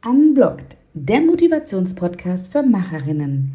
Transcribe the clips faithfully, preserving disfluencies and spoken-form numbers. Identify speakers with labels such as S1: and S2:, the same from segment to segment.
S1: Unblocked, der Motivationspodcast für Macherinnen.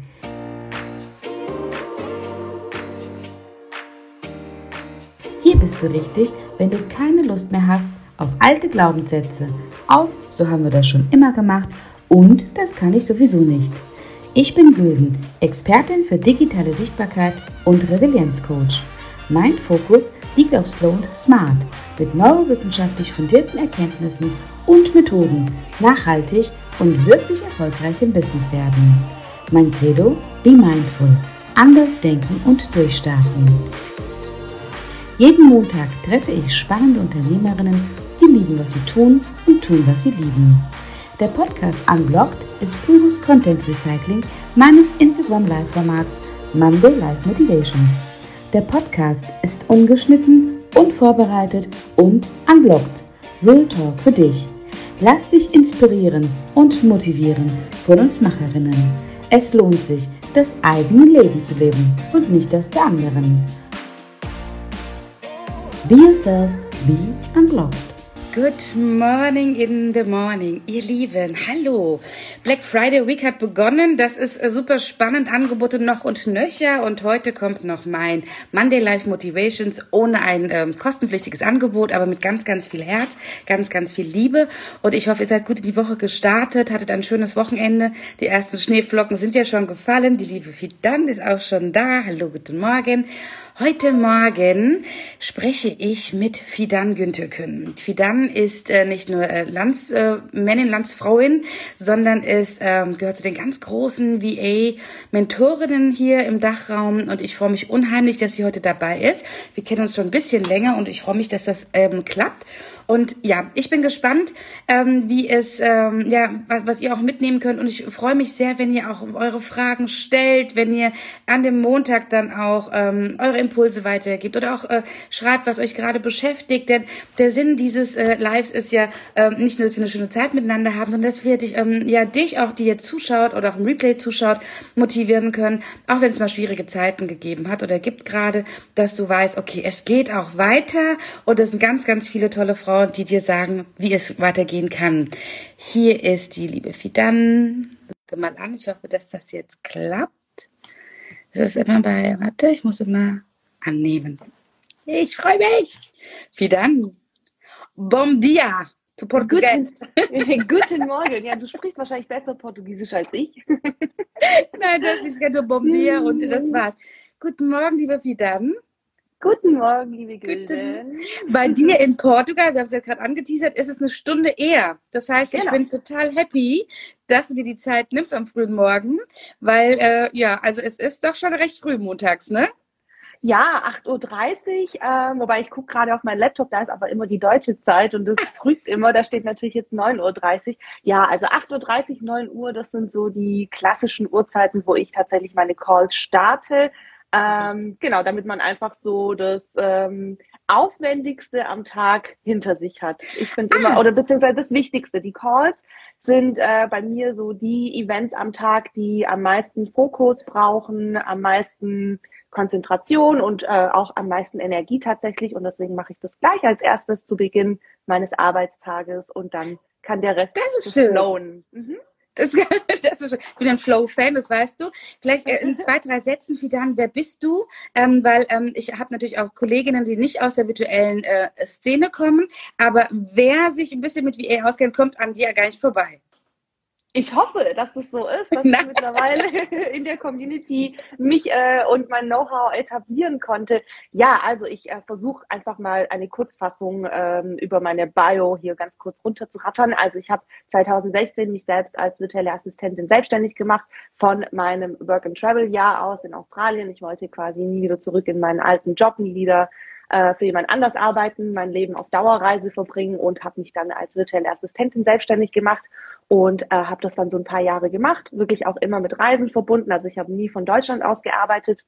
S1: Hier bist du richtig, wenn du keine Lust mehr hast auf alte Glaubenssätze, auf so haben wir das schon immer gemacht und das kann ich sowieso nicht. Ich bin Gülden, Expertin für digitale Sichtbarkeit und Resilienzcoach. Mein Fokus liegt auf Slow und Smart, mit neurowissenschaftlich fundierten Erkenntnissen und Methoden nachhaltig und wirklich erfolgreich im Business werden. Mein Credo: Be Mindful, anders denken und durchstarten. Jeden Montag treffe ich spannende Unternehmerinnen, die lieben, was sie tun und tun, was sie lieben. Der Podcast Unblocked ist pures Content Recycling meines Instagram Live-Formats Monday Live Motivations. Der Podcast ist ungeschnitten, unvorbereitet und unblocked. Real Talk für dich. Lass dich inspirieren und motivieren von uns Macherinnen. Es lohnt sich, das eigene Leben zu leben und nicht das der anderen. Be yourself, be unblocked.
S2: Good morning in the morning, ihr Lieben. Hallo. Black Friday Week hat begonnen. Das ist super spannend. Angebote noch und nöcher. Und heute kommt noch mein Monday Live Motivations ohne ein ähm, kostenpflichtiges Angebot, aber mit ganz, ganz viel Herz, ganz, ganz viel Liebe. Und ich hoffe, ihr seid gut in die Woche gestartet, hattet ein schönes Wochenende. Die ersten Schneeflocken sind ja schon gefallen. Die liebe Fidan ist auch schon da. Hallo, guten Morgen. Heute Morgen spreche ich mit Fidan Güntürkün. Fidan ist äh, nicht nur äh, Landsmännin, äh, Landsfrauin, sondern ist, äh, gehört zu den ganz großen V A-Mentorinnen hier im Dachraum und ich freue mich unheimlich, dass sie heute dabei ist. Wir kennen uns schon ein bisschen länger und ich freue mich, dass das ähm, klappt. Und ja, ich bin gespannt, ähm, wie es, ähm, ja, was, was ihr auch mitnehmen könnt. Und ich freue mich sehr, wenn ihr auch eure Fragen stellt, wenn ihr an dem Montag dann auch ähm, eure Impulse weitergibt oder auch äh, schreibt, was euch gerade beschäftigt. Denn der Sinn dieses äh, Lives ist ja ähm, nicht nur, dass wir eine schöne Zeit miteinander haben, sondern dass wir dich, ähm, ja, dich auch, die jetzt zuschaut oder auch im Replay zuschaut, motivieren können, auch wenn es mal schwierige Zeiten gegeben hat oder gibt gerade, dass du weißt, okay, es geht auch weiter und es sind ganz, ganz viele tolle Frauen, die dir sagen, wie es weitergehen kann. Hier ist die liebe Fidan. Guck mal an, ich hoffe, dass das jetzt klappt. Das ist immer bei, warte, ich muss immer annehmen. Ich freue mich. Fidan, bom dia zu Portugiesisch.
S3: Guten, guten Morgen. Ja, du sprichst wahrscheinlich besser Portugiesisch als ich.
S2: Nein, das ist ja nur bom dia und das war's. Guten Morgen, liebe Fidan.
S3: Guten Morgen, liebe Gülden.
S2: Bei dir in Portugal, wir haben es ja gerade angeteasert, ist es eine Stunde eher. Das heißt, genau. Ich bin total happy, dass du dir die Zeit nimmst am frühen Morgen, weil, äh, ja, also es ist doch schon recht früh montags, ne?
S3: Ja, acht Uhr dreißig, äh, wobei ich gucke gerade auf meinen Laptop, da ist aber immer die deutsche Zeit und das trügt immer, da steht natürlich jetzt neun Uhr dreißig. Ja, also acht Uhr dreißig, neun Uhr, das sind so die klassischen Uhrzeiten, wo ich tatsächlich meine Calls starte. Ähm, genau, damit man einfach so das ähm, Aufwendigste am Tag hinter sich hat. Ich finde immer, oder beziehungsweise das Wichtigste, die Calls sind äh, bei mir so die Events am Tag, die am meisten Fokus brauchen, am meisten Konzentration und äh, auch am meisten Energie tatsächlich. Und deswegen mache ich das gleich als erstes zu Beginn meines Arbeitstages und dann kann der Rest
S2: das ist schön.
S3: flowen. Mhm.
S2: Das, das ist, ich bin ein Flow-Fan, das weißt du. Vielleicht äh, in zwei, drei Sätzen, Fidan, wer bist du? Ähm, weil ähm, ich habe natürlich auch Kolleginnen, die nicht aus der virtuellen äh, Szene kommen, aber wer sich ein bisschen mit V A auskennt, kommt an dir gar nicht vorbei.
S3: Ich hoffe, dass es so ist, dass ich mittlerweile in der Community mich äh, und mein Know-how etablieren konnte. Ja, also ich äh, versuche einfach mal eine Kurzfassung ähm, über meine Bio hier ganz kurz runterzurattern. Also ich habe zwanzig sechzehn mich selbst als virtuelle Assistentin selbstständig gemacht von meinem Work-and-Travel-Jahr aus in Australien. Ich wollte quasi nie wieder zurück in meinen alten Job, nie wieder äh, für jemand anders arbeiten, mein Leben auf Dauerreise verbringen und habe mich dann als virtuelle Assistentin selbstständig gemacht. Und äh, habe das dann so ein paar Jahre gemacht, wirklich auch immer mit Reisen verbunden. Also ich habe nie von Deutschland aus gearbeitet.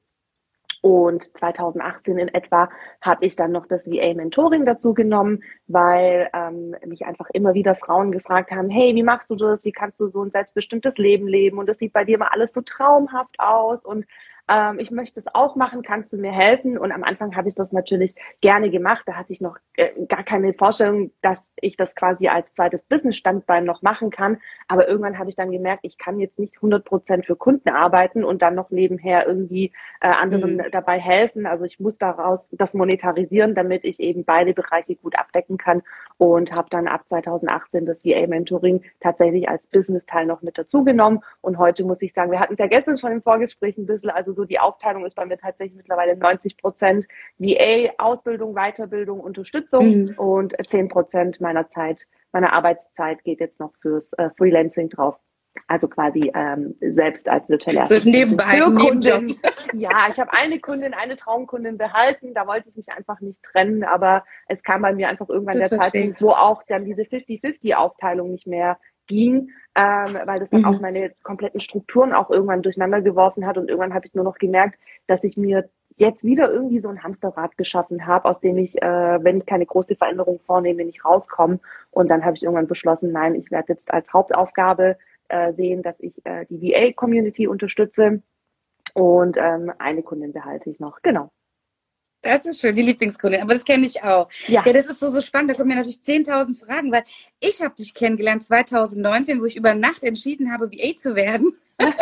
S3: Und zwanzig achtzehn in etwa habe ich dann noch das V A-Mentoring dazu genommen, weil ähm, mich einfach immer wieder Frauen gefragt haben, hey, wie machst du das? Wie kannst du so ein selbstbestimmtes Leben leben? Und das sieht bei dir immer alles so traumhaft aus. Und ähm, ich möchte es auch machen, kannst du mir helfen? Und am Anfang habe ich das natürlich gerne gemacht. Da hatte ich noch äh, gar keine Vorstellung, dass ich das quasi als zweites Business-Standbein noch machen kann. Aber irgendwann habe ich dann gemerkt, ich kann jetzt nicht hundert Prozent für Kunden arbeiten und dann noch nebenher irgendwie äh, anderen mhm. dabei helfen. Also ich muss daraus das monetarisieren, damit ich eben beide Bereiche gut abdecken kann, und habe dann ab zweitausendachtzehn das V A-Mentoring tatsächlich als Business-Teil noch mit dazu genommen. Und heute muss ich sagen, wir hatten es ja gestern schon im Vorgespräch ein bisschen, also so die Aufteilung ist bei mir tatsächlich mittlerweile neunzig Prozent V A, Ausbildung, Weiterbildung, Unterstützung mhm. und zehn Prozent meiner Zeit, meiner Arbeitszeit geht jetzt noch fürs äh, Freelancing drauf. Also quasi ähm, selbst als virtuelle
S2: Assistentin. So nebenbei,
S3: Kundin. Ja, ich habe eine Kundin, eine Traumkundin behalten. Da wollte ich mich einfach nicht trennen, aber es kam bei mir einfach irgendwann das der Zeitpunkt, wo auch dann diese fünfzig fünfzig Aufteilung nicht mehr ging, ähm, weil das dann mhm. auch meine kompletten Strukturen auch irgendwann durcheinander geworfen hat. Und irgendwann habe ich nur noch gemerkt, dass ich mir jetzt wieder irgendwie so ein Hamsterrad geschaffen habe, aus dem ich, äh, wenn ich keine große Veränderung vornehme, nicht rauskomme. Und dann habe ich irgendwann beschlossen, nein, ich werde jetzt als Hauptaufgabe sehen, dass ich äh, die V A-Community unterstütze, und ähm, eine Kundin behalte ich noch. Genau.
S2: Das ist schön, die Lieblingskundin, aber das kenne ich auch. Ja. ja, das ist so, so spannend, da kommen mir natürlich zehntausend Fragen, weil ich habe dich kennengelernt zweitausendneunzehn, wo ich über Nacht entschieden habe, V A zu werden.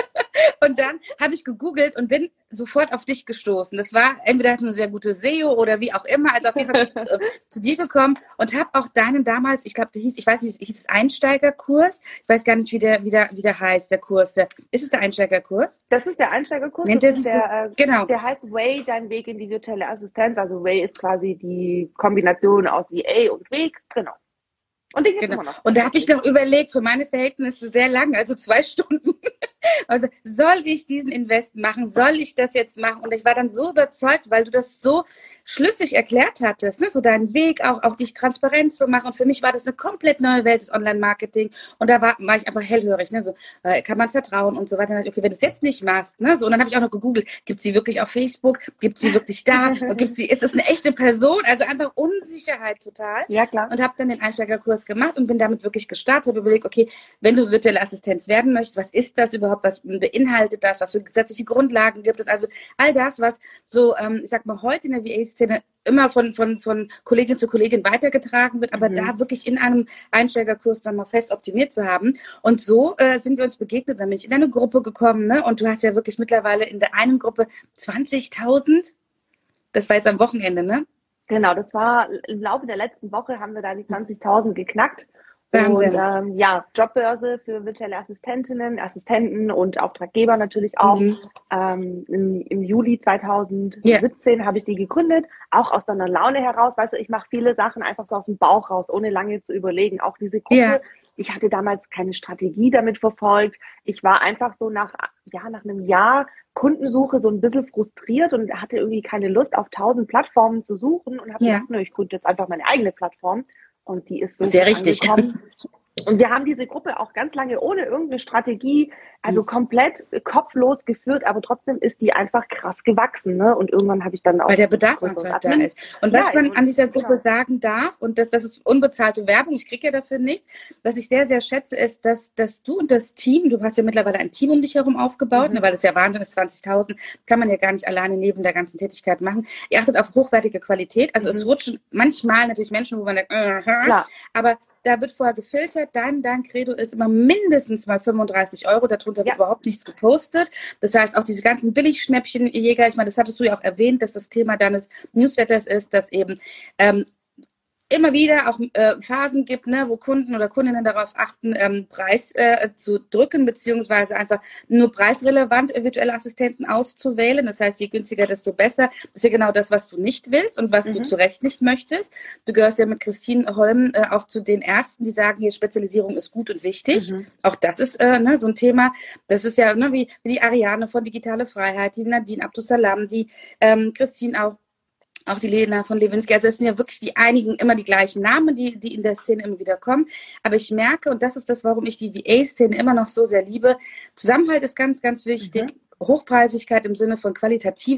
S2: Und dann habe ich gegoogelt und bin sofort auf dich gestoßen. Das war, entweder hatte eine sehr gute S E O oder wie auch immer. Also auf jeden Fall bin ich zu, zu dir gekommen und habe auch deinen damals, ich glaube, der hieß, ich weiß nicht, hieß es Einsteigerkurs? Ich weiß gar nicht, wie der, wie der, wie der heißt, der Kurs. Der, ist es der Einsteigerkurs?
S3: Das ist der Einsteigerkurs.
S2: Nennt
S3: der
S2: sich
S3: der,
S2: so, genau.
S3: Der heißt Way, dein Weg in die virtuelle Assistenz. Also Way ist quasi die Kombination aus V A und Weg. Genau. Und den gibt's
S2: genau.
S3: immer noch.
S2: Und da habe ich noch überlegt, für meine Verhältnisse sehr lang, also zwei Stunden. Also soll ich diesen Invest machen? Soll ich das jetzt machen? Und ich war dann so überzeugt, weil du das so schlüssig erklärt hattest, ne? So deinen Weg, auch, auch dich transparent zu machen. Und für mich war das eine komplett neue Welt des Online-Marketing. Und da war, war ich einfach hellhörig, ne? So, äh, kann man vertrauen und so weiter. Dann dachte ich, okay, wenn du es jetzt nicht machst, ne? So, und dann habe ich auch noch gegoogelt, gibt sie wirklich auf Facebook? Gibt sie wirklich da? Und gibt sie, ist das eine echte Person? Also einfach Unsicherheit total.
S3: Ja, klar.
S2: Und habe dann den Einsteigerkurs gemacht und bin damit wirklich gestartet. Habe überlegt, okay, wenn du virtuelle Assistenz werden möchtest, was ist das überhaupt? Was beinhaltet das? Was für gesetzliche Grundlagen gibt es? Also all das, was so, ähm, ich sag mal, heute in der V A-Szene immer von, von, von Kollegin zu Kollegin weitergetragen wird, aber mhm. da wirklich in einem Einsteigerkurs dann mal fest optimiert zu haben. Und so äh, sind wir uns begegnet, dann bin ich in eine Gruppe gekommen, ne? Und du hast ja wirklich mittlerweile in der einen Gruppe zwanzigtausend. Das war jetzt am Wochenende, ne?
S3: Genau, das war im Laufe der letzten Woche haben wir da die zwanzigtausend geknackt.
S2: Wahnsinn.
S3: Und ähm, ja, Jobbörse für virtuelle Assistentinnen, Assistenten und Auftraggeber natürlich auch. Mhm. Ähm, im, Im Juli zweitausendsiebzehn yeah. habe ich die gegründet, auch aus einer Laune heraus. Weißt du, ich mache viele Sachen einfach so aus dem Bauch raus, ohne lange zu überlegen. Auch diese Gruppe, yeah. ich hatte damals keine Strategie damit verfolgt. Ich war einfach so nach, ja, nach einem Jahr Kundensuche so ein bisschen frustriert und hatte irgendwie keine Lust, auf tausend Plattformen zu suchen und habe yeah. gedacht, nö, ich gründe jetzt einfach meine eigene Plattform. Und die ist so
S2: sehr richtig.
S3: Angekommen. Und wir haben diese Gruppe auch ganz lange ohne irgendeine Strategie, also komplett kopflos geführt, aber trotzdem ist die einfach krass gewachsen, ne? Und irgendwann habe ich dann auch...
S2: Weil der Bedarf einfach da ist. Und was ja, man an dieser Gruppe genau. sagen darf, und das, das ist unbezahlte Werbung, ich kriege ja dafür nichts, was ich sehr, sehr schätze, ist, dass, dass du und das Team, du hast ja mittlerweile ein Team um dich herum aufgebaut, mhm. ne, weil das ja Wahnsinn ist, zwanzigtausend, kann man ja gar nicht alleine neben der ganzen Tätigkeit machen. Ihr achtet auf hochwertige Qualität, also mhm. es rutschen manchmal natürlich Menschen, wo man denkt, uh, Klar. aber da wird vorher gefiltert, dein, dein Credo ist immer mindestens mal fünfunddreißig Euro, darunter wird ja. überhaupt nichts gepostet. Das heißt, auch diese ganzen Billigschnäppchenjäger, ich meine, das hattest du ja auch erwähnt, dass das Thema deines Newsletters ist, dass eben ähm, immer wieder auch äh, Phasen gibt, ne, wo Kunden oder Kundinnen darauf achten, ähm, Preis äh, zu drücken, beziehungsweise einfach nur preisrelevant virtuelle Assistenten auszuwählen. Das heißt, je günstiger, desto besser. Das ist ja genau das, was du nicht willst und was mhm. du zu Recht nicht möchtest. Du gehörst ja mit Christine Holm äh, auch zu den Ersten, die sagen, hier Spezialisierung ist gut und wichtig. Mhm. Auch das ist äh, ne, so ein Thema. Das ist ja ne, wie, wie die Ariane von Digitale Freiheit, die Nadine Abdussalam, die ähm, Christine auch. Auch die Lena von Lewinsky, also es sind ja wirklich die einigen immer die gleichen Namen, die, die in der Szene immer wieder kommen. Aber ich merke, und das ist das, warum ich die V A-Szene immer noch so sehr liebe, Zusammenhalt ist ganz, ganz wichtig. Mhm. Hochpreisigkeit im Sinne von qualitativer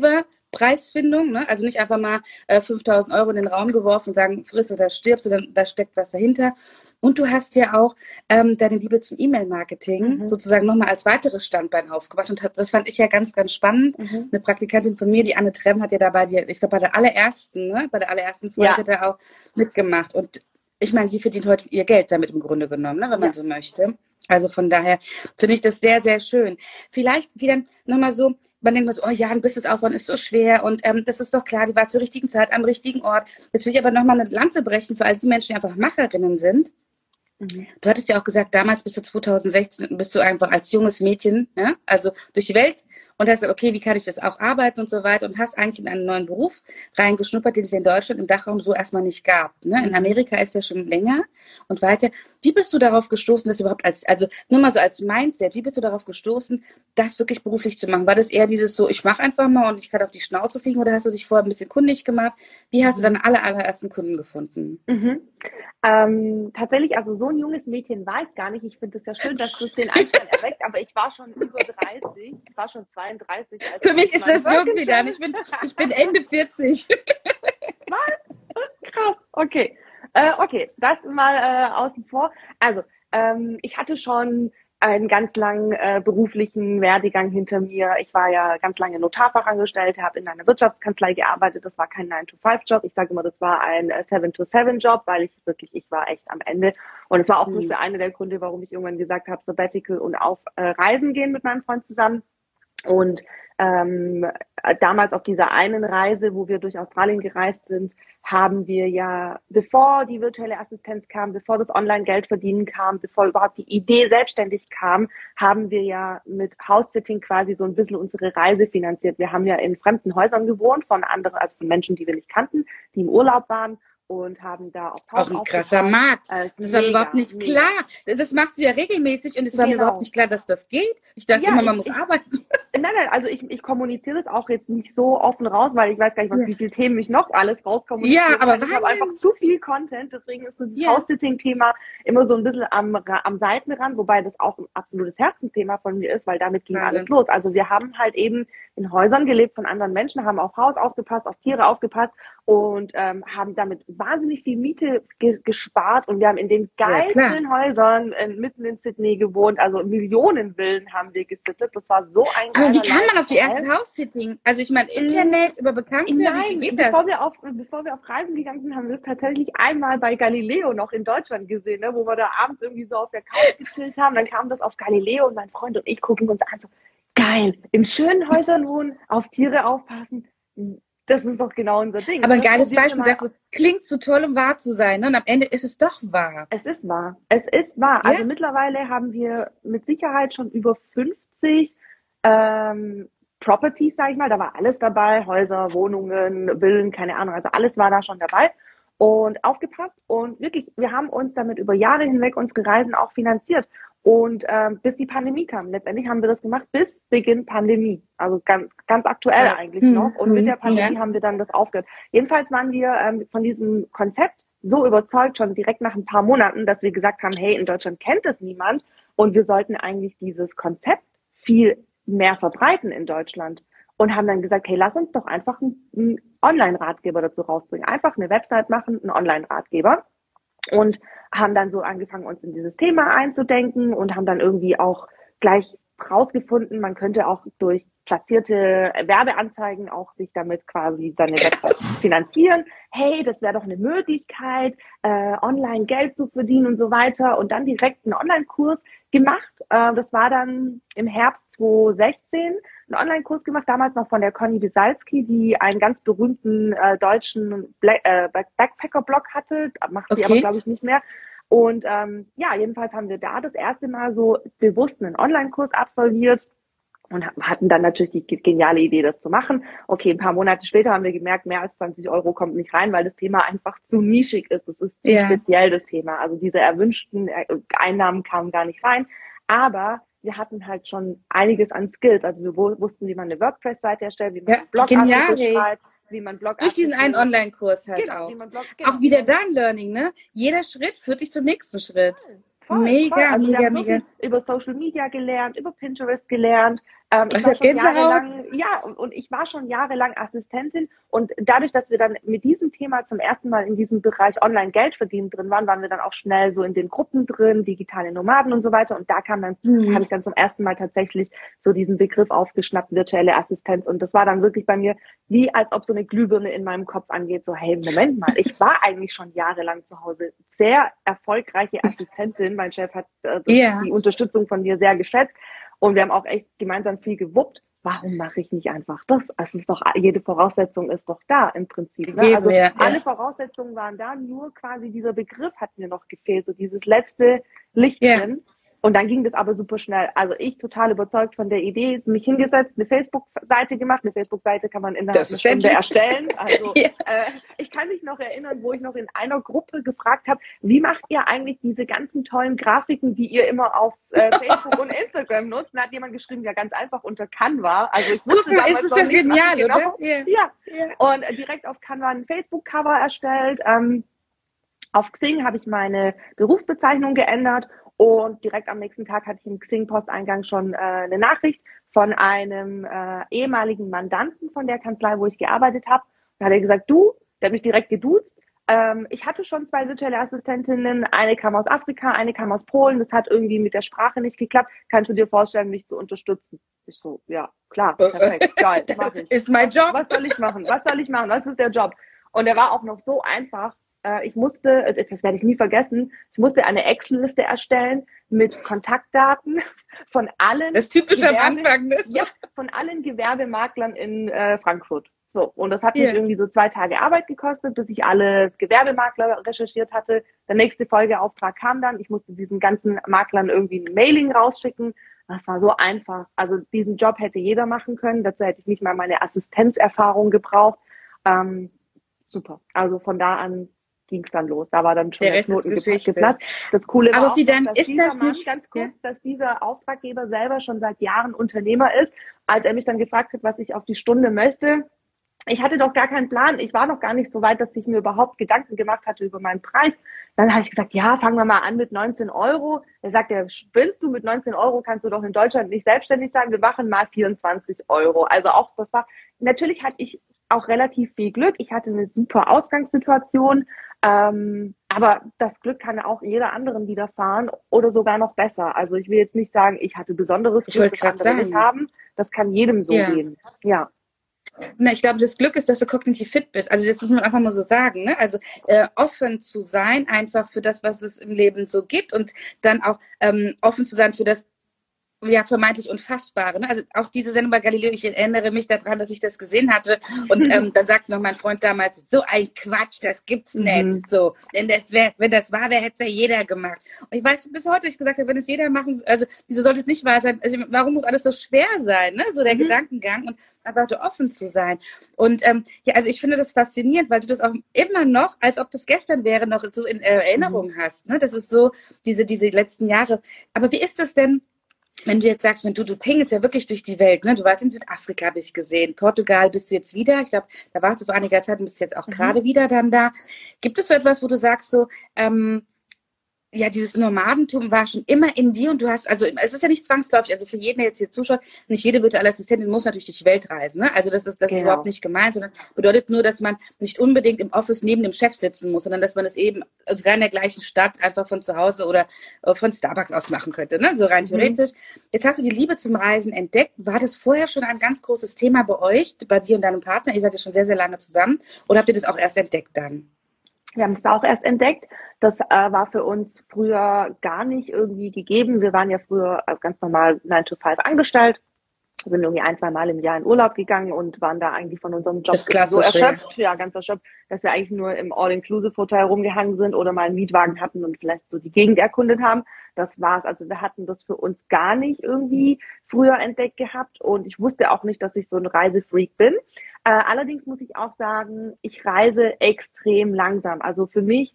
S2: Preisfindung, ne? Also nicht einfach mal äh, fünftausend Euro in den Raum geworfen und sagen, friss oder stirb, sondern da steckt was dahinter. Und du hast ja auch ähm, deine Liebe zum E-Mail-Marketing
S3: Mhm.
S2: sozusagen nochmal als weiteres Standbein aufgebaut. Und hat, das fand ich ja ganz, ganz spannend.
S3: Mhm.
S2: Eine Praktikantin von mir, die Anne Tremm, hat ja da bei dir, ich glaube bei der allerersten, ne? bei der allerersten Folge
S3: Ja.
S2: da auch mitgemacht. Und ich meine, sie verdient heute ihr Geld damit im Grunde genommen, ne? wenn man
S3: Ja.
S2: so möchte. Also von daher finde ich das sehr, sehr schön. Vielleicht wieder nochmal so, man denkt mal so, oh ja, ein Businessaufbau ist so schwer und ähm, das ist doch klar, die war zur richtigen Zeit am richtigen Ort. Jetzt will ich aber nochmal eine Lanze brechen für all die Menschen, die einfach Macherinnen sind.
S3: Mhm.
S2: Du hattest ja auch gesagt, damals bis zu zweitausendsechzehn bist du einfach als junges Mädchen, ja, also durch die Welt und hast gesagt, okay, wie kann ich das auch arbeiten und so weiter und hast eigentlich in einen neuen Beruf reingeschnuppert, den es in Deutschland im Dachraum so erstmal nicht gab. Ne? In Amerika ist ja schon länger und weiter. Wie bist du darauf gestoßen, das überhaupt als, also nur mal so als Mindset, wie bist du darauf gestoßen, das wirklich beruflich zu machen? War das eher dieses so, ich mache einfach mal und ich kann auf die Schnauze fliegen oder hast du dich vorher ein bisschen kundig gemacht? Wie hast du deine aller, allerersten Kunden gefunden?
S3: Mhm. Ähm, tatsächlich, also so ein junges Mädchen war ich gar nicht. Ich finde es ja schön, dass das den Anschein erweckt, aber ich war schon über dreißig, ich war schon zweiunddreißig. Als
S2: Für mich
S3: ich
S2: ist das
S3: meine
S2: jung wieder. Ich bin, ich bin Ende vierzig.
S3: Was? Krass, okay. Äh, okay, das mal äh, außen vor. Also, ähm, ich hatte schon einen ganz langen äh, beruflichen Werdegang hinter mir. Ich war ja ganz lange Notarfachangestellte, habe in einer Wirtschaftskanzlei gearbeitet. Das war kein nine to five Job. Ich sage immer, das war ein äh, seven to seven Job, weil ich wirklich, ich war echt am Ende. Und es war auch zum Beispiel einer der Gründe, warum ich irgendwann gesagt habe, Sabbatical und auf äh, Reisen gehen mit meinem Freund zusammen. Und ähm, damals auf dieser einen Reise, wo wir durch Australien gereist sind, haben wir ja, bevor die virtuelle Assistenz kam, bevor das Online-Geld verdienen kam, bevor überhaupt die Idee selbstständig kam, haben wir ja mit House-Sitting quasi so ein bisschen unsere Reise finanziert. Wir haben ja in fremden Häusern gewohnt, von anderen, also von Menschen, die wir nicht kannten, die im Urlaub waren. Und haben da aufs Haus
S2: auch ein krasser Markt.
S3: Äh,
S2: das war mir überhaupt nicht
S3: mega.
S2: klar. Das machst du ja regelmäßig und es war
S3: Genau.
S2: mir überhaupt nicht klar, dass das geht. Ich dachte
S3: Ja,
S2: immer, man
S3: ich,
S2: muss
S3: ich,
S2: arbeiten.
S3: Nein, nein, also ich, ich kommuniziere das auch jetzt nicht so offen raus, weil ich weiß gar nicht, was,
S2: Ja.
S3: wie viele Themen ich noch alles rauskommuniziere.
S2: Ja, aber
S3: ich habe einfach zu viel Content, deswegen ist dieses
S2: Ja.
S3: House-Sitting-Thema immer so ein bisschen am, am Seitenrand, wobei das auch ein absolutes Herzensthema von mir ist, weil damit ging
S2: Wahnsinn.
S3: alles los. Also wir haben halt eben in Häusern gelebt von anderen Menschen, haben auf Haus aufgepasst, auf Tiere aufgepasst und ähm, haben damit wahnsinnig viel Miete ge gespart und wir haben in den geilsten
S2: Ja,
S3: Häusern äh, mitten in Sydney gewohnt, also Millionen Villen haben wir gesittet. Das war so ein
S2: aber wie
S3: geiler
S2: kann man auf die
S3: Lifestyle.
S2: erste House-Sitting? Also ich meine, Internet, über Bekannte, wie, wie
S3: Nein,
S2: geht
S3: bevor
S2: das?
S3: wir, auf, bevor wir auf Reisen gegangen sind, haben wir es tatsächlich einmal bei Galileo noch in Deutschland gesehen, ne, wo wir da abends irgendwie so auf der Couch gechillt haben. Dann kam das auf Galileo und mein Freund und ich gucken uns an, so geil, in schönen Häusern wohnen, auf Tiere aufpassen. Das ist doch genau unser Ding.
S2: Aber ein
S3: Das
S2: geiles
S3: probieren wir
S2: Beispiel
S3: mal
S2: dafür, klingt so toll, um wahr zu sein. Ne? Und am Ende ist es doch wahr.
S3: Es ist wahr. Es ist wahr.
S2: Ja?
S3: Also mittlerweile haben wir mit Sicherheit schon über fünfzig ähm, Properties, sag ich mal. Da war alles dabei. Häuser, Wohnungen, Villen, keine Ahnung. Also alles war da schon dabei. Und aufgepasst. Und wirklich, wir haben uns damit über Jahre hinweg unsere Reisen auch finanziert. Und ähm, bis die Pandemie kam. Letztendlich haben wir das gemacht bis Beginn Pandemie. Also ganz, ganz aktuell
S2: Krass.
S3: eigentlich
S2: Hm,
S3: noch. Und mit der
S2: hm,
S3: Pandemie
S2: ja.
S3: haben wir dann das aufgehört. Jedenfalls waren wir ähm, von diesem Konzept so überzeugt, schon direkt nach ein paar Monaten, dass wir gesagt haben, hey, in Deutschland kennt es niemand und wir sollten eigentlich dieses Konzept viel mehr verbreiten in Deutschland. Und haben dann gesagt, hey, lass uns doch einfach einen, einen Online-Ratgeber dazu rausbringen. Einfach eine Website machen, einen Online-Ratgeber. Und haben dann so angefangen, uns in dieses Thema einzudenken und haben dann irgendwie auch gleich rausgefunden, man könnte auch durch platzierte Werbeanzeigen auch sich damit quasi seine Website finanzieren. Hey, das wäre doch eine Möglichkeit, äh, online Geld zu verdienen und so weiter. Und dann direkt einen Online-Kurs gemacht. Äh, das war dann im Herbst zweitausendsechzehn. Einen Online-Kurs gemacht, damals noch von der Conny Bisalski, die einen ganz berühmten äh, deutschen Black, äh, Backpacker-Blog hatte. Macht sie
S2: Okay.
S3: aber, glaube ich, nicht mehr. Und ähm, ja, jedenfalls haben wir da das erste Mal so bewusst einen Online-Kurs absolviert und hatten dann natürlich die geniale Idee, das zu machen. Okay, ein paar Monate später haben wir gemerkt, mehr als zwanzig Euro kommt nicht rein, weil das Thema einfach zu nischig ist. Es ist zu
S2: Ja.
S3: speziell, das Thema. Also diese erwünschten Einnahmen kamen gar nicht rein. Aber wir hatten halt schon einiges an Skills. Also wir wussten, wie man eine WordPress-Seite erstellt, wie man
S2: Ja,
S3: Blogartikel
S2: genial, ey.
S3: schreibt, wie man Blogartikel...
S2: Durch diesen einen Online-Kurs halt
S3: Genau,
S2: auch.
S3: wie man Blog, genau,
S2: Auch wieder
S3: wie man-
S2: dein Learning, ne? Jeder Schritt führt dich zum nächsten Schritt.
S3: Voll,
S2: Mega,
S3: voll. Also wir
S2: mega,
S3: haben so
S2: mega.
S3: Viel, über Social Media gelernt, über Pinterest gelernt. Ähm, ich
S2: Was
S3: war
S2: hat
S3: schon
S2: Gänsehaut?
S3: jahrelang, ja, und, und ich war schon jahrelang Assistentin. Und dadurch, dass wir dann mit diesem Thema zum ersten Mal in diesem Bereich Online-Geld verdienen drin waren, waren wir dann auch schnell so in den Gruppen drin, digitale Nomaden und so weiter. Und da kam dann,
S2: Mhm.
S3: habe ich dann zum ersten Mal tatsächlich so diesen Begriff aufgeschnappt, virtuelle Assistenz. Und das war dann wirklich bei mir wie, als ob so eine Glühbirne in meinem Kopf angeht. So, hey, Moment mal, ich war eigentlich schon jahrelang zu Hause sehr erfolgreiche Assistentin. Mein Chef hat äh, das,
S2: Ja.
S3: die Unterstützung von mir sehr geschätzt. Und wir haben auch echt gemeinsam viel gewuppt. Warum mache ich nicht einfach das? Es ist doch, jede Voraussetzung ist doch da im Prinzip. Ne?
S2: Gegeben,
S3: Also
S2: ja, ja.
S3: alle Voraussetzungen waren da, nur quasi dieser Begriff hat mir noch gefehlt, so dieses letzte Licht
S2: Ja.
S3: drin. Und dann ging das aber super schnell. Also ich total überzeugt von der Idee, mich hingesetzt, eine Facebook-Seite gemacht. Eine Facebook-Seite kann man innerhalb einer Stunde erstellen. Also
S2: Ja.
S3: äh, ich kann mich noch erinnern, wo ich noch in einer Gruppe gefragt habe, wie macht ihr eigentlich diese ganzen tollen Grafiken, die ihr immer auf äh, Facebook und Instagram nutzt? Da hat jemand geschrieben, ja ganz einfach unter Canva. Also ich wusste
S2: Guck mal,
S3: damals
S2: ist es
S3: noch
S2: doch
S3: nicht, was
S2: genial,
S3: ich genau.
S2: oder? Ja.
S3: Ja.
S2: Ja.
S3: Und äh, direkt auf Canva ein Facebook-Cover erstellt. Ähm, auf Xing habe ich meine Berufsbezeichnung geändert und direkt am nächsten Tag hatte ich im Xing-Posteingang schon äh, eine Nachricht von einem äh, ehemaligen Mandanten von der Kanzlei, wo ich gearbeitet habe. Da hat er gesagt, du, der hat mich direkt geduzt. Ähm, ich hatte schon zwei virtuelle Assistentinnen, eine kam aus Afrika, eine kam aus Polen. Das hat irgendwie mit der Sprache nicht geklappt. Kannst du dir vorstellen, mich zu unterstützen? Ich so, ja, klar, perfekt, geil, mach ich.
S2: Ist mein
S3: was,
S2: Job.
S3: Was soll ich machen? Was soll ich machen? Was ist der Job? Und der war auch noch so einfach. Ich musste, das werde ich nie vergessen, ich musste eine Excel-Liste erstellen mit Kontaktdaten von allen.
S2: Das Typische am
S3: Gewerbe,
S2: Anfang, ne?
S3: Ja, von allen Gewerbemaklern in äh, Frankfurt. So, und das hat mich
S2: Ja.
S3: irgendwie so zwei Tage Arbeit gekostet, bis ich alle Gewerbemakler recherchiert hatte. Der nächste Folgeauftrag kam dann. Ich musste diesen ganzen Maklern irgendwie ein Mailing rausschicken. Das war so einfach. Also diesen Job hätte jeder machen können. Dazu hätte ich nicht mal meine Assistenzerfahrung gebraucht. Ähm, super. Also von da an ging es dann los. Da war dann schon
S2: Der
S3: der,
S2: Rest ist
S3: Knoten
S2: Geschichte.
S3: geplatzt. Das Coole
S2: Aber
S3: war auch
S2: wie
S3: noch,
S2: dann
S3: dass
S2: ist
S3: dieser
S2: das
S3: Mann,
S2: nicht-
S3: ganz kurz,
S2: ja.
S3: dass dieser Auftraggeber selber schon seit Jahren Unternehmer ist. Als er mich dann gefragt hat, was ich auf die Stunde möchte, ich hatte doch gar keinen Plan. Ich war noch gar nicht so weit, dass ich mir überhaupt Gedanken gemacht hatte über meinen Preis. Dann habe ich gesagt, ja, fangen wir mal an mit neunzehn Euro. Er sagt, ja, spinnst du, mit neunzehn Euro kannst du doch in Deutschland nicht selbstständig sein. Wir machen mal vierundzwanzig Euro. Also auch, das war, natürlich hatte ich auch relativ viel Glück. Ich hatte eine super Ausgangssituation. Ähm, aber das Glück kann auch jeder anderen widerfahren oder sogar noch besser. Also ich will jetzt nicht sagen, ich hatte besonderes
S2: Ich
S3: Glück,
S2: wollte
S3: das
S2: grad
S3: andere nicht
S2: sagen.
S3: haben. Das kann jedem so
S2: Ja.
S3: gehen. Ja.
S2: Na, ich glaube, das Glück ist, dass du kognitiv fit bist. Also das muss man einfach mal so sagen. Ne? Also äh, offen zu sein einfach für das, was es im Leben so gibt und dann auch ähm, offen zu sein für das ja vermeintlich Unfassbare. Ne? Also auch diese Sendung bei Galileo, ich erinnere mich daran, dass ich das gesehen hatte und ähm, dann sagte noch mein Freund damals, so ein Quatsch, das gibt's nicht.
S3: Mhm.
S2: So, denn das wär, wenn das wahr wäre, hätte es ja jeder gemacht. Und ich weiß bis heute, ich gesagt habe, wenn es jeder machen, also wieso sollte es nicht wahr sein? Also, warum muss alles so schwer sein? Ne? So der
S3: Mhm.
S2: Gedankengang und einfach so offen zu sein. Und ähm, ja, also ich finde das faszinierend, weil du das auch immer noch, als ob das gestern wäre, noch so in äh, Erinnerung hast. Ne? Das ist so diese diese letzten Jahre. Aber wie ist das denn? Wenn du jetzt sagst, wenn du, du tingelst ja wirklich durch die Welt, ne? Du warst in Südafrika, habe ich gesehen. Portugal bist du jetzt wieder. Ich glaube, da warst du vor einiger Zeit und bist jetzt auch
S3: Mhm.
S2: gerade wieder dann da. Gibt es so etwas, wo du sagst so, ähm, ja, dieses Nomadentum war schon immer in dir und du hast, also es ist ja nicht zwangsläufig, also für jeden, der jetzt hier zuschaut, nicht jede virtuelle Assistentin muss natürlich durch die Welt reisen, ne? Also das ist, das ist
S3: Genau.
S2: überhaupt nicht gemeint, sondern bedeutet nur, dass man nicht unbedingt im Office neben dem Chef sitzen muss, sondern dass man es eben sogar in der gleichen Stadt einfach von zu Hause oder äh, von Starbucks aus machen könnte, ne? So rein
S3: Mhm.
S2: theoretisch. Jetzt hast du die Liebe zum Reisen entdeckt. War das vorher schon ein ganz großes Thema bei euch, bei dir und deinem Partner? Ihr seid ja schon sehr, sehr lange zusammen. Oder habt ihr das auch erst entdeckt dann?
S3: Wir haben es auch erst entdeckt. Das äh, war für uns früher gar nicht irgendwie gegeben. Wir waren ja früher äh, ganz normal nine to five angestellt, sind irgendwie ein, zwei Mal im Jahr in Urlaub gegangen und waren da eigentlich von unserem Job
S2: Das Klassische,
S3: so erschöpft, ja, ganz erschöpft, dass wir eigentlich nur im All-Inclusive-Hotel rumgehangen sind oder mal einen Mietwagen hatten und vielleicht so die Gegend erkundet haben. Das war's. Also wir hatten das für uns gar nicht irgendwie früher entdeckt gehabt und ich wusste auch nicht, dass ich so ein Reisefreak bin. Äh, allerdings muss ich auch sagen, ich reise extrem langsam. Also für mich,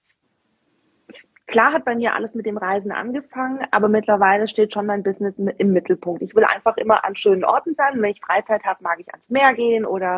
S3: klar hat bei mir alles mit dem Reisen angefangen, aber mittlerweile steht schon mein Business im Mittelpunkt. Ich will einfach immer an schönen Orten sein. Und wenn ich Freizeit habe, mag ich ans Meer gehen oder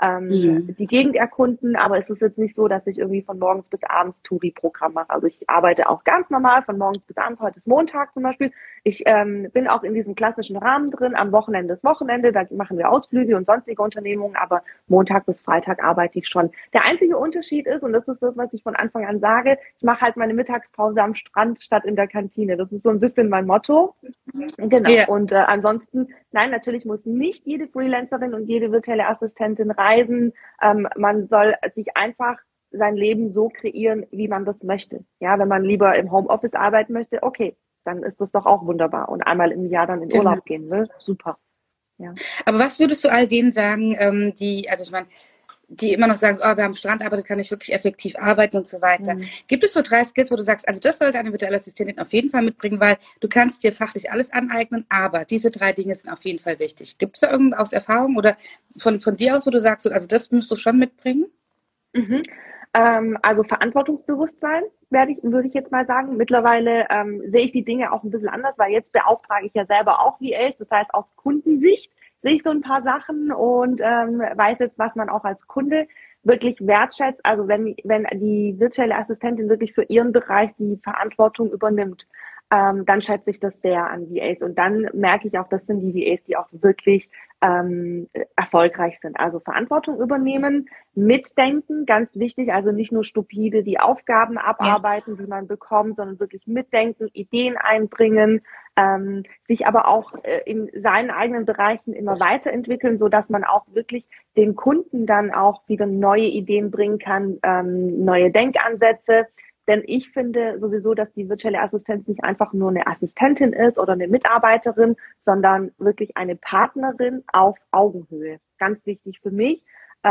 S3: ähm,
S2: Mhm.
S3: die Gegend erkunden, aber es ist jetzt nicht so, dass ich irgendwie von morgens bis abends Touri-Programm mache. Also ich arbeite auch ganz normal von morgens bis abends. Heute ist Montag zum Beispiel. Ich ähm, bin auch in diesem klassischen Rahmen drin. Am Wochenende ist Wochenende, da machen wir Ausflüge und sonstige Unternehmungen, aber Montag bis Freitag arbeite ich schon. Der einzige Unterschied ist, und das ist das, was ich von Anfang an sage, ich mache halt meine Mittagspause am Strand statt in der Kantine. Das ist so ein bisschen mein Motto. Genau.
S2: Ja.
S3: Und äh, ansonsten, nein, natürlich muss nicht jede Freelancerin und jede virtuelle Assistentin reisen. Ähm, man soll sich einfach sein Leben so kreieren, wie man das möchte. Ja, wenn man lieber im Homeoffice arbeiten möchte, okay, dann ist das doch auch wunderbar. Und einmal im Jahr dann in
S2: Genau.
S3: Urlaub gehen will, super. Ja.
S2: Aber was würdest du all denen sagen, ähm, die, also ich meine, die immer noch sagen, oh, wer am Strand arbeitet, kann nicht wirklich effektiv arbeiten und so weiter. Mhm. Gibt es so drei Skills, wo du sagst, also das sollte eine virtuelle Assistentin auf jeden Fall mitbringen, weil du kannst dir fachlich alles aneignen, aber diese drei Dinge sind auf jeden Fall wichtig. Gibt es da irgendwas aus Erfahrung oder von, von dir aus, wo du sagst, also das musst du schon mitbringen?
S3: Mhm. Ähm, also Verantwortungsbewusstsein, werde ich, würde ich jetzt mal sagen. Mittlerweile ähm, sehe ich die Dinge auch ein bisschen anders, weil jetzt beauftrage ich ja selber auch V As, das heißt aus Kundensicht sehe ich so ein paar Sachen und ähm, weiß jetzt, was man auch als Kunde wirklich wertschätzt. Also wenn, wenn die virtuelle Assistentin wirklich für ihren Bereich die Verantwortung übernimmt, ähm, dann schätze ich das sehr an V As. Und dann merke ich auch, das sind die V As, die auch wirklich ähm, erfolgreich sind. Also Verantwortung übernehmen, mitdenken, ganz wichtig. Also nicht nur stupide die Aufgaben abarbeiten, die man bekommt, sondern wirklich mitdenken, Ideen einbringen, ähm, sich aber auch äh, in seinen eigenen Bereichen immer weiterentwickeln, so dass man auch wirklich den Kunden dann auch wieder neue Ideen bringen kann, ähm, neue Denkansätze. Denn ich finde sowieso, dass die virtuelle Assistenz nicht einfach nur eine Assistentin ist oder eine Mitarbeiterin, sondern wirklich eine Partnerin auf Augenhöhe. Ganz wichtig für mich,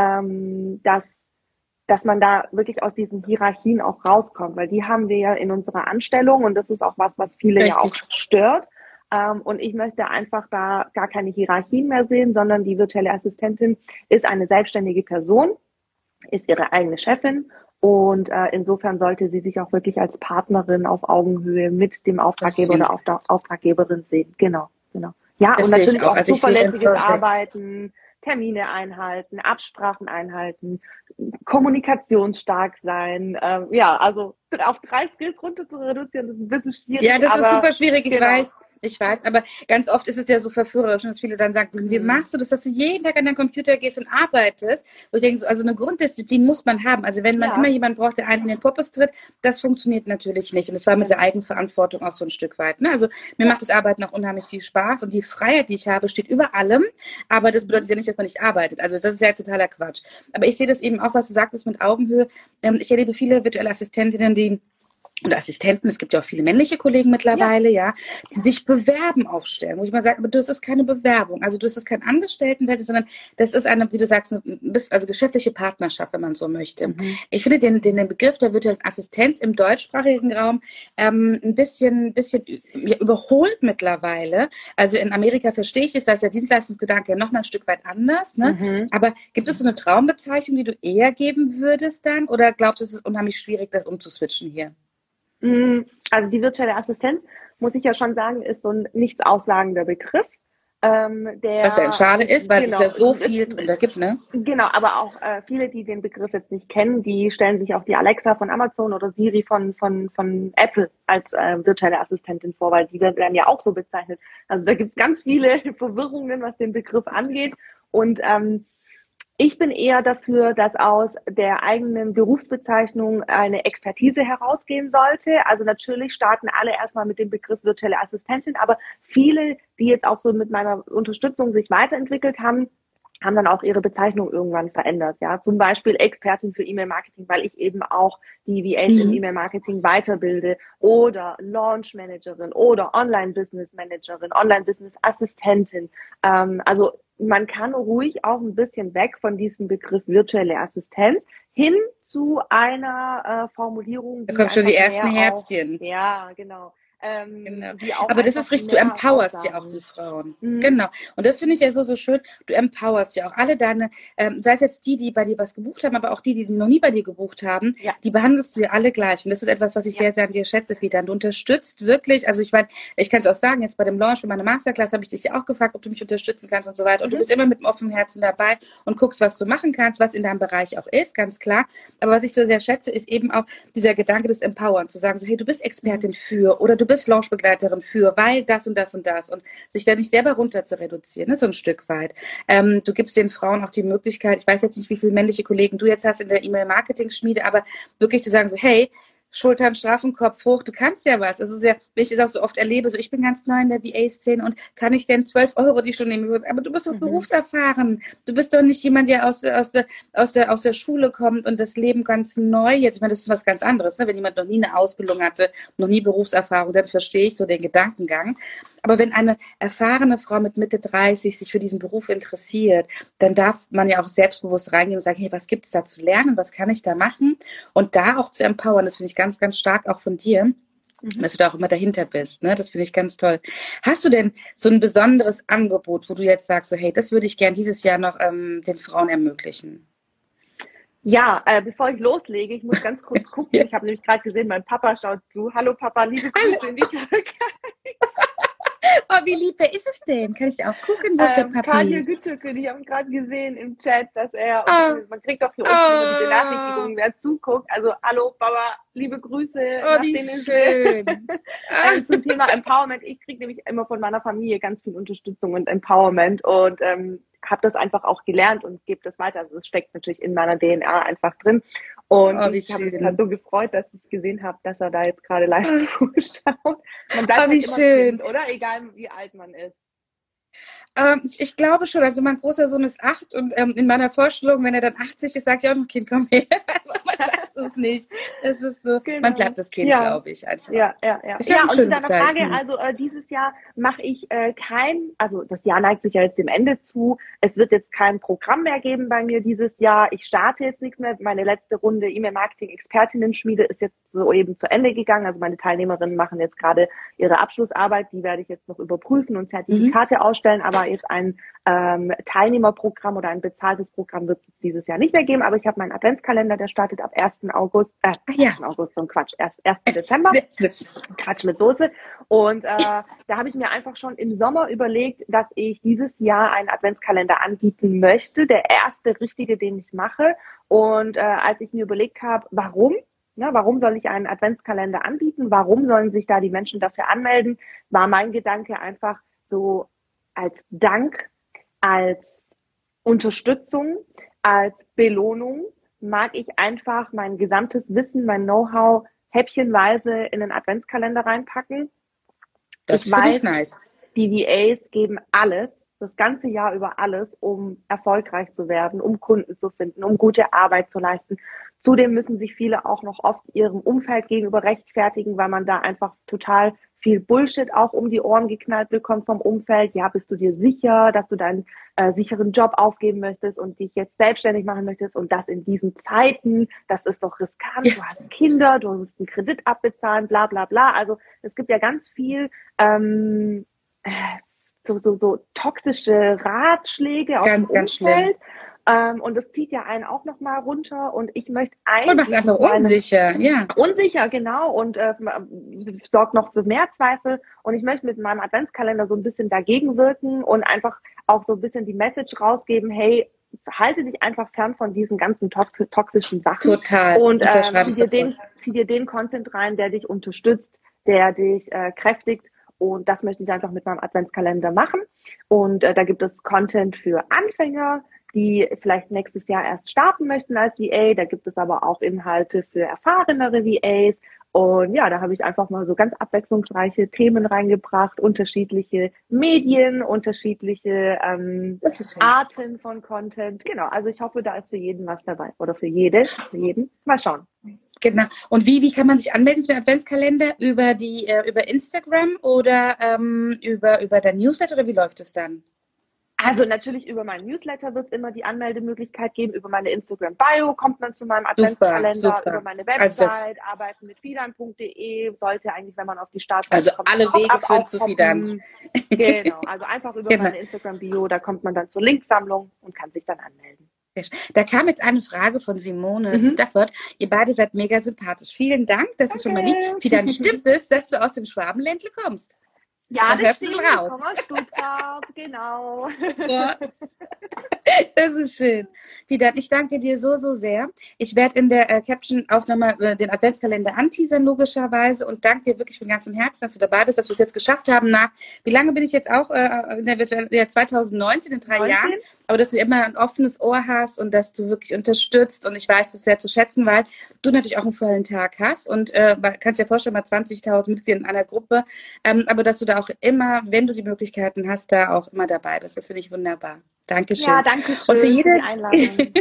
S3: ähm, dass, dass man da wirklich aus diesen Hierarchien auch rauskommt, weil die haben wir ja in unserer Anstellung und das ist auch was, was viele Richtig. ja auch stört. Ähm, und ich möchte einfach da gar keine Hierarchien mehr sehen, sondern die virtuelle Assistentin ist eine selbstständige Person, ist ihre eigene Chefin. Und äh, insofern sollte sie sich auch wirklich als Partnerin auf Augenhöhe mit dem Auftraggeber oder auf der Auftraggeberin sehen. Genau, genau. Ja, das und natürlich auch, auch also zuverlässiges Arbeiten, Termine einhalten, Absprachen einhalten, kommunikationsstark sein. Ähm, ja, also auf drei Skills runter zu reduzieren, das ist ein bisschen schwierig.
S2: Ja, das
S3: aber,
S2: ist super schwierig, ich
S3: genau.
S2: weiß. Ich weiß, aber ganz oft ist es ja so verführerisch, dass viele dann sagen, wie machst du das, dass du jeden Tag an deinen Computer gehst und arbeitest? Wo ich denke, so, also eine Grunddisziplin muss man haben. Also wenn man ja. immer jemanden braucht, der einen in den Poppes tritt, das funktioniert natürlich nicht. Und das war mit ja. der Eigenverantwortung auch so ein Stück weit. Ne? Also mir ja. macht das Arbeiten auch unheimlich viel Spaß und die Freiheit, die ich habe, steht über allem. Aber das bedeutet ja nicht, dass man nicht arbeitet. Also das ist ja totaler Quatsch. Aber ich sehe das eben auch, was du sagtest, mit Augenhöhe. Ich erlebe viele virtuelle Assistentinnen, die und Assistenten, es gibt ja auch viele männliche Kollegen mittlerweile, ja. ja, die sich bewerben auf Stellen, wo ich mal sage, aber das ist keine Bewerbung, also das ist kein Angestelltenwert, sondern das ist eine, wie du sagst, eine, also geschäftliche Partnerschaft, wenn man so möchte. Mhm. Ich finde den, den, den Begriff der virtuellen Assistenz im deutschsprachigen Raum ähm, ein bisschen, bisschen ja, überholt mittlerweile. Also in Amerika verstehe ich es, da ist der Dienstleistungsgedanke ja noch mal ein Stück weit anders, ne? Mhm. Aber gibt es so eine Traumbezeichnung, die du eher geben würdest dann, oder glaubst du, es ist unheimlich schwierig, das umzuswitchen hier?
S3: Also die virtuelle Assistenz, muss ich ja schon sagen, ist so ein nichts aussagender Begriff. Ähm, der,
S2: Was ja schade ist, weil genau, es ja so viel drunter gibt, ne?
S3: Genau, aber auch äh, viele, die den Begriff jetzt nicht kennen, die stellen sich auch die Alexa von Amazon oder Siri von von von Apple als äh, virtuelle Assistentin vor, weil die werden ja auch so bezeichnet. Also da gibt's ganz viele Verwirrungen, was den Begriff angeht. Und ähm, ich bin eher dafür, dass aus der eigenen Berufsbezeichnung eine Expertise herausgehen sollte. Also natürlich starten alle erstmal mit dem Begriff virtuelle Assistentin, aber viele, die jetzt auch so mit meiner Unterstützung sich weiterentwickelt haben, haben dann auch ihre Bezeichnung irgendwann verändert. Ja, zum Beispiel Expertin für E-Mail-Marketing, weil ich eben auch die V As mhm. im E-Mail-Marketing weiterbilde, oder Launch-Managerin oder Online-Business-Managerin, Online-Business-Assistentin. Ähm, also man kann ruhig auch ein bisschen weg von diesem Begriff virtuelle Assistenz hin zu einer äh, Formulierung.
S2: Da kommen schon die ersten Herzchen.
S3: Auch, ja, genau. ähm,
S2: Genau.
S3: die auch
S2: Aber das
S3: einfach
S2: ist richtig, du
S3: mehr
S2: empowerst ja auch
S3: aussagen.
S2: die Frauen.
S3: Mhm.
S2: Genau. Und das finde ich ja so, so schön. Du empowerst ja auch alle deine, ähm, sei es jetzt die, die bei dir was gebucht haben, aber auch die, die noch nie bei dir gebucht haben,
S3: Ja.
S2: die behandelst du ja alle gleich. Und das ist etwas, was ich
S3: Ja.
S2: sehr, sehr an dir schätze, Fidan. Du unterstützt wirklich, also ich meine, ich kann es auch sagen, jetzt bei dem Launch von meiner Masterclass habe ich dich ja auch gefragt, ob du mich unterstützen kannst und so weiter. Und
S3: Mhm.
S2: du bist immer mit einem offenen Herzen dabei und guckst, was du machen kannst, was in deinem Bereich auch ist, ganz klar. Aber was ich so sehr schätze, ist eben auch dieser Gedanke des Empowern, zu sagen so, hey, du bist Expertin für oder du bist Launchbegleiterin für, weil das und das und das und sich da nicht selber runter zu reduzieren, ne, so ein Stück weit. Ähm, du gibst den Frauen auch die Möglichkeit, ich weiß jetzt nicht, wie viele männliche Kollegen du jetzt hast in der E-Mail-Marketing-Schmiede, aber wirklich zu sagen so, hey, Schultern straffen, Kopf hoch, du kannst ja was. Es ist ja, wie ich das auch so oft erlebe, so ich bin ganz neu in der V A-Szene und kann ich denn zwölf Euro die Stunde nehmen? Aber du bist doch
S3: Mhm.
S2: berufserfahren. Du bist doch nicht jemand, der aus, aus, der, aus, der, aus der Schule kommt und das Leben ganz neu jetzt. Ich meine, das ist was ganz anderes. Ne? Wenn jemand noch nie eine Ausbildung hatte, noch nie Berufserfahrung, dann verstehe ich so den Gedankengang. Aber wenn eine erfahrene Frau mit Mitte dreißig sich für diesen Beruf interessiert, dann darf man ja auch selbstbewusst reingehen und sagen, hey, was gibt es da zu lernen? Was kann ich da machen? Und da auch zu empowern, das finde ich ganz, ganz stark auch von dir, mhm. dass du da auch immer dahinter bist. Ne? Das finde ich ganz toll. Hast du denn so ein besonderes Angebot, wo du jetzt sagst, so, hey, das würde ich gern dieses Jahr noch ähm, den Frauen ermöglichen?
S3: Ja, äh, bevor ich loslege, ich muss ganz kurz gucken. Ja. Ich habe nämlich gerade gesehen, mein Papa schaut zu. Hallo Papa, liebe Grüße in die Türkei.
S2: Oh, wie lieb, wer ist es denn? Kann ich auch gucken, wo ist
S3: ähm,
S2: der Papi?
S3: Kadir Gütürkün, ich habe gerade gesehen im Chat, dass er,
S2: oh.
S3: man kriegt doch hier unten
S2: oh.
S3: immer die Benachrichtigungen, wer zuguckt. Also hallo Papa, liebe Grüße
S2: oh,
S3: nach
S2: wie
S3: den
S2: schön.
S3: ähm, zum Thema Empowerment. Ich kriege nämlich immer von meiner Familie ganz viel Unterstützung und Empowerment und ähm, habe das einfach auch gelernt und gebe das weiter. Also es steckt natürlich in meiner D N A einfach drin. Und oh, ich habe mich gerade so gefreut, dass ich gesehen habe, dass er da jetzt gerade live zuschaut. Man bleibt oh, halt immer
S2: schön.
S3: Kind, oder? Egal, wie alt man ist.
S2: Ähm, ich, ich glaube schon, also mein großer Sohn ist acht und ähm, in meiner Vorstellung, wenn er dann achtzig ist, sage ich auch noch, Kind, komm her. Man weiß es nicht. Es ist so, genau. Man bleibt das Kind, ja. glaube ich, einfach.
S3: Ja, ja, ja. Ja, und zu deiner Frage, also äh, dieses Jahr mache ich äh, kein, also das Jahr neigt sich ja jetzt dem Ende zu. Es wird jetzt kein Programm mehr geben bei mir dieses Jahr. Ich starte jetzt nichts mehr. Meine letzte Runde E-Mail-Marketing-Expertinnen-Schmiede ist jetzt so eben zu Ende gegangen. Also meine Teilnehmerinnen machen jetzt gerade ihre Abschlussarbeit. Die werde ich jetzt noch überprüfen und Zertifikate mhm. ausstellen. Aber jetzt ein ähm, Teilnehmerprogramm oder ein bezahltes Programm wird es dieses Jahr nicht mehr geben. Aber ich habe meinen Adventskalender, der startet ab ersten August, äh, ersten August, so ein Quatsch, erst ersten Dezember. Quatsch mit Soße. Und äh, da habe ich mir einfach schon im Sommer überlegt, dass ich dieses Jahr einen Adventskalender anbieten möchte. Der erste richtige, den ich mache. Und äh, als ich mir überlegt habe, warum? Ja, warum soll ich einen Adventskalender anbieten? Warum sollen sich da die Menschen dafür anmelden? War mein Gedanke einfach so als Dank, als Unterstützung, als Belohnung mag ich einfach mein gesamtes Wissen, mein Know-how häppchenweise in den Adventskalender reinpacken.
S2: Das
S3: ich weiß,
S2: nice.
S3: Die V As geben alles, das ganze Jahr über alles, um erfolgreich zu werden, um Kunden zu finden, um gute Arbeit zu leisten. Zudem müssen sich viele auch noch oft ihrem Umfeld gegenüber rechtfertigen, weil man da einfach total viel Bullshit auch um die Ohren geknallt bekommt vom Umfeld. Ja, bist du dir sicher, dass du deinen äh, sicheren Job aufgeben möchtest und dich jetzt selbstständig machen möchtest und das in diesen Zeiten, das ist doch riskant, ja. Du hast Kinder, du musst einen Kredit abbezahlen, bla bla bla. Also es gibt ja ganz viel ähm, so, so, so toxische Ratschläge aus
S2: ganz,
S3: dem
S2: ganz
S3: Umfeld.
S2: Schlimm.
S3: Ähm, und das zieht ja einen auch nochmal runter und ich möchte eigentlich...
S2: Und macht einfach unsicher, ja.
S3: Unsicher, genau, und äh, sorgt noch für mehr Zweifel und ich möchte mit meinem Adventskalender so ein bisschen dagegen wirken und einfach auch so ein bisschen die Message rausgeben, hey, halte dich einfach fern von diesen ganzen tox- toxischen Sachen.
S2: Total.
S3: Und äh, zieh, dir den, zieh dir den Content rein, der dich unterstützt, der dich äh, kräftigt. Und das möchte ich einfach mit meinem Adventskalender machen. Und äh, da gibt es Content für Anfänger, die vielleicht nächstes Jahr erst starten möchten als V A. Da gibt es aber auch Inhalte für erfahrenere V As. Und ja, da habe ich einfach mal so ganz abwechslungsreiche Themen reingebracht, unterschiedliche Medien, unterschiedliche ähm, Arten von Content. Genau, also ich hoffe, da ist für jeden was dabei. Oder für jede, für jeden. Mal schauen.
S2: Genau. Und wie, wie kann man sich anmelden für den Adventskalender? Über die, äh, über Instagram oder ähm, über, über dein Newsletter oder wie läuft es dann?
S3: Also natürlich über meinen Newsletter wird es immer die Anmeldemöglichkeit geben. Über meine Instagram-Bio kommt man zu meinem Adventskalender. Super, super. Über meine Website, also arbeiten mit fidan punkt de, sollte eigentlich, wenn man auf die Startseite
S2: also
S3: kommt,
S2: alle Wege führen zu Fidan.
S3: Genau, also einfach über genau. meine Instagram-Bio, da kommt man dann zur Linksammlung und kann sich dann anmelden.
S2: Da kam jetzt eine Frage von Simone mhm. Stafford. Ihr beide seid mega sympathisch. Vielen Dank, das okay. ist schon mal lieb. Fidan, stimmt es, dass du aus dem Schwabenländle kommst?
S3: Ja,
S2: Man
S3: das stimmt. Raus. Komm aus Stuttgart, genau.
S2: Das ist schön. Fidan, ich danke dir so, so sehr. Ich werde in der äh, Caption auch nochmal äh, den Adventskalender anteasern, logischerweise. Und danke dir wirklich von ganzem Herzen, dass du dabei bist, dass wir es jetzt geschafft haben. Nach, wie lange bin ich jetzt auch äh, in der virtuellen, ja, zwanzig neunzehn, in drei neunzehn Jahren. Aber dass du immer ein offenes Ohr hast und dass du wirklich unterstützt. Und ich weiß das sehr zu schätzen, weil du natürlich auch einen vollen Tag hast. Und äh, kannst dir vorstellen, mal zwanzigtausend Mitglieder in einer Gruppe. Ähm, aber dass du da auch immer, wenn du die Möglichkeiten hast, da auch immer dabei bist. Das finde ich wunderbar. Dankeschön.
S3: Ja, danke schön
S2: und für, jede,
S3: für die Einladung.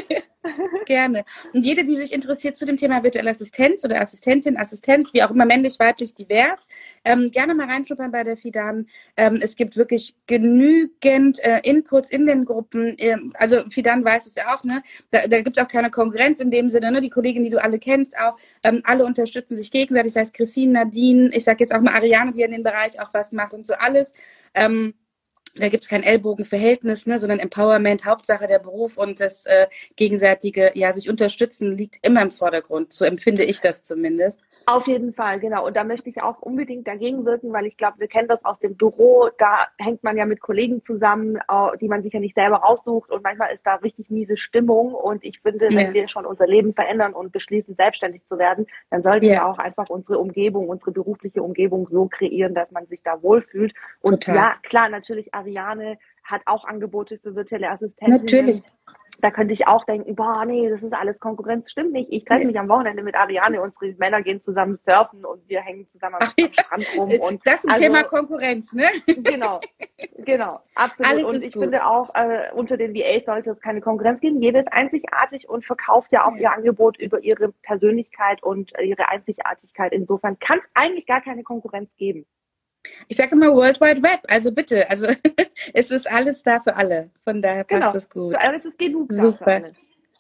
S2: Gerne. Und jede, die sich interessiert zu dem Thema virtuelle Assistenz oder Assistentin, Assistent, wie auch immer, männlich, weiblich, divers, ähm, gerne mal reinschnuppern bei der Fidan. Ähm, es gibt wirklich genügend äh, Inputs in den Gruppen. Ähm, also Fidan weiß es ja auch, ne? Da, da gibt es auch keine Konkurrenz in dem Sinne, ne? Die Kollegin, die du alle kennst, auch ähm, alle unterstützen sich gegenseitig. Das heißt Christine, Nadine, ich sage jetzt auch mal Ariane, die in dem Bereich auch was macht und so alles. Ähm, Da gibt es kein Ellbogenverhältnis, ne, sondern Empowerment, Hauptsache der Beruf und das äh, gegenseitige, ja, sich unterstützen liegt immer im Vordergrund. So empfinde ich das zumindest.
S3: Auf jeden Fall, genau. Und da möchte ich auch unbedingt dagegen wirken, weil ich glaube, wir kennen das aus dem Büro. Da hängt man ja mit Kollegen zusammen, die man sich ja nicht selber raussucht. Und manchmal ist da richtig miese Stimmung. Und ich finde, wenn ja. wir schon unser Leben verändern und beschließen, selbstständig zu werden, dann sollten ja. wir auch einfach unsere Umgebung, unsere berufliche Umgebung so kreieren, dass man sich da wohlfühlt. Und Total. ja, klar, natürlich, Ariane hat auch Angebote für virtuelle Assistenten.
S2: Natürlich.
S3: Da könnte ich auch denken, boah, nee, das ist alles Konkurrenz, stimmt nicht. Ich treffe mich am Wochenende mit Ariane, unsere Männer gehen zusammen surfen und wir hängen zusammen am, am Strand rum. Und
S2: das zum also, Thema Konkurrenz, ne?
S3: Genau, genau, absolut. Alles und ich gut. finde auch, äh, unter den V As sollte es keine Konkurrenz geben. Jede ist einzigartig und verkauft ja auch ja. ihr Angebot über ihre Persönlichkeit und äh, ihre Einzigartigkeit. Insofern kann es eigentlich gar keine Konkurrenz geben.
S2: Ich sage immer World Wide Web, also bitte, also es ist alles da für alle, von daher passt
S3: genau.
S2: das gut.
S3: Für alles ist genug
S2: Super.
S3: Da für alle.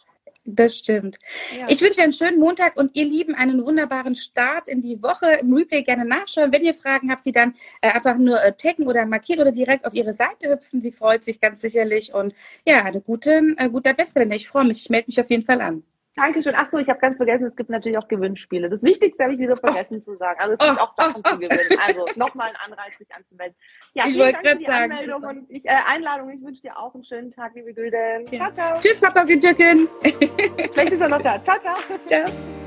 S2: Das stimmt. Ja. Ich wünsche einen schönen Montag und ihr Lieben einen wunderbaren Start in die Woche. Im Replay gerne nachschauen. Wenn ihr Fragen habt, wie dann äh, einfach nur äh, taggen oder markieren oder direkt auf ihre Seite hüpfen. Sie freut sich ganz sicherlich und ja, eine gute, äh, gute Adventskalender. Ich freue mich, ich melde mich auf jeden Fall an.
S3: Dankeschön. Ach so, ich habe ganz vergessen, es gibt natürlich auch Gewinnspiele. Das Wichtigste habe ich wieder vergessen oh. zu sagen. Also es gibt oh. auch Sachen oh. zu gewinnen. Also nochmal ein Anreiz, sich anzumelden. Ja,
S2: ich
S3: vielen Dank für die
S2: sagen.
S3: Anmeldung und ich, äh, Einladung. Ich wünsche dir auch einen schönen Tag, liebe Gülden.
S2: Ja. Ciao, ciao. Tschüss, Papa Gedücken.
S3: Vielleicht ist er noch da. Ciao, ciao.
S2: Ciao.